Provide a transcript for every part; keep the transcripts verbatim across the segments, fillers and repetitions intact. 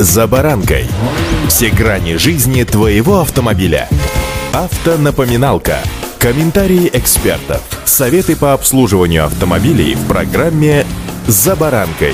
«За баранкой». Все грани жизни твоего автомобиля. Автонапоминалка. Комментарии экспертов. Советы по обслуживанию автомобилей в программе «За баранкой».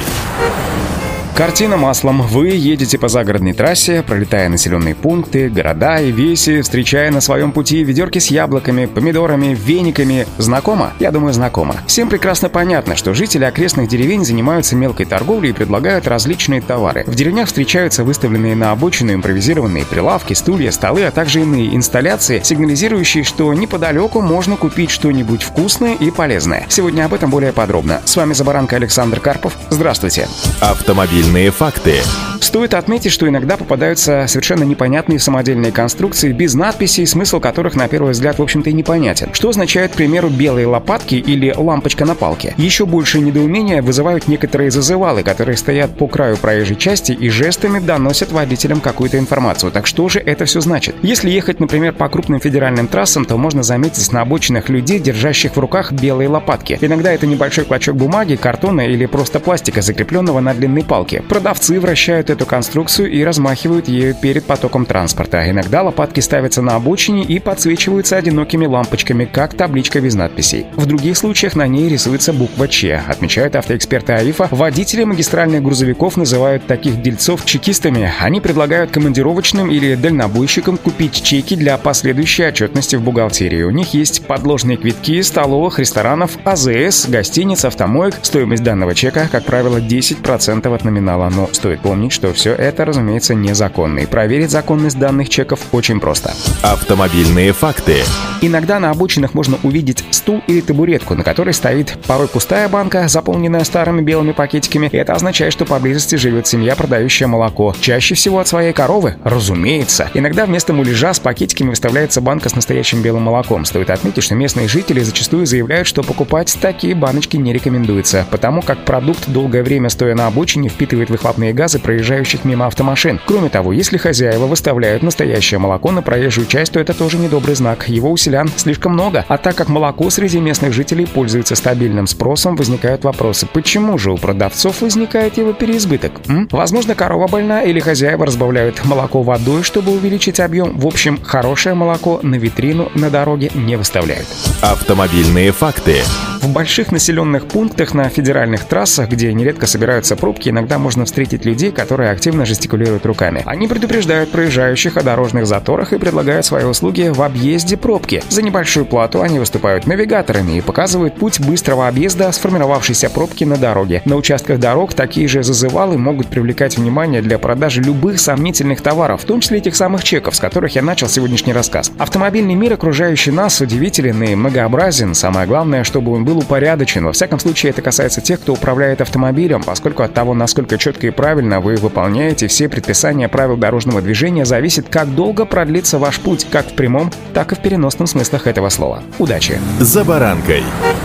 Картина маслом. Вы едете по загородной трассе, пролетая населенные пункты, города и веси, встречая на своем пути ведерки с яблоками, помидорами, вениками. Знакомо? Я думаю, знакомо. Всем прекрасно понятно, что жители окрестных деревень занимаются мелкой торговлей и предлагают различные товары. В деревнях встречаются выставленные на обочину импровизированные прилавки, стулья, столы, а также иные инсталляции, сигнализирующие, что неподалеку можно купить что-нибудь вкусное и полезное. Сегодня об этом более подробно. С вами «За баранкой» Александр Карпов. Здравствуйте. Автомобильные факты. Стоит отметить, что иногда попадаются совершенно непонятные самодельные конструкции без надписей, смысл которых на первый взгляд в общем-то и непонятен. Что означает, к примеру, белые лопатки или лампочка на палке? Еще большее недоумение вызывают некоторые зазывалы, которые стоят по краю проезжей части и жестами доносят водителям какую-то информацию. Так что же это все значит? Если ехать, например, по крупным федеральным трассам, то можно заметить на обочинах людей, держащих в руках белые лопатки. Иногда это небольшой клочок бумаги, картона или просто пластика, закрепленного на длинной палке. Продавцы вращают эту конструкцию и размахивают ею перед потоком транспорта. Иногда лопатки ставятся на обочине и подсвечиваются одинокими лампочками, как табличка без надписей. В других случаях на ней рисуется буква «Ч». Отмечают автоэксперты АИФа, водители магистральных грузовиков называют таких дельцов чекистами. Они предлагают командировочным или дальнобойщикам купить чеки для последующей отчетности в бухгалтерии. У них есть подложные квитки столовых, ресторанов, АЗС, гостиниц, автомоек. Стоимость данного чека, как правило, десять процентов от номинала. Но стоит помнить, что все это, разумеется, незаконно. И проверить законность данных чеков очень просто. Автомобильные факты. Иногда на обочинах можно увидеть стул или табуретку, на которой стоит порой пустая банка, заполненная старыми белыми пакетиками. И это означает, что поблизости живет семья, продающая молоко. Чаще всего от своей коровы, разумеется. Иногда вместо муляжа с пакетиками выставляется банка с настоящим белым молоком. Стоит отметить, что местные жители зачастую заявляют, что покупать такие баночки не рекомендуется, потому как продукт, долгое время стоя на обочине, впитывает выхлопные газы проезжающих мимо автомашин. Кроме того, если хозяева выставляют настоящее молоко на проезжую часть, то это тоже недобрый знак. Его у селян слишком много. А так как молоко среди местных жителей пользуется стабильным спросом, возникают вопросы: почему же у продавцов возникает его переизбыток? М? Возможно, корова больна или хозяева разбавляют молоко водой, чтобы увеличить объем. В общем, хорошее молоко на витрину на дороге не выставляют. Автомобильные факты. В больших населенных пунктах на федеральных трассах, где нередко собираются пробки, иногда можно встретить людей, которые активно жестикулируют руками. Они предупреждают проезжающих о дорожных заторах и предлагают свои услуги в объезде пробки. За небольшую плату они выступают навигаторами и показывают путь быстрого объезда сформировавшейся пробки на дороге. На участках дорог такие же зазывалы могут привлекать внимание для продажи любых сомнительных товаров, в том числе этих самых чеков, с которых я начал сегодняшний рассказ. Автомобильный мир, окружающий нас, удивителен и многообразен. Самое главное, чтобы он был упорядочен. Во всяком случае, это касается тех, кто управляет автомобилем, поскольку от того, насколько четко и правильно вы выполняете все предписания правил дорожного движения, зависит, как долго продлится ваш путь, как в прямом, так и в переносном смыслах этого слова. Удачи! «За баранкой».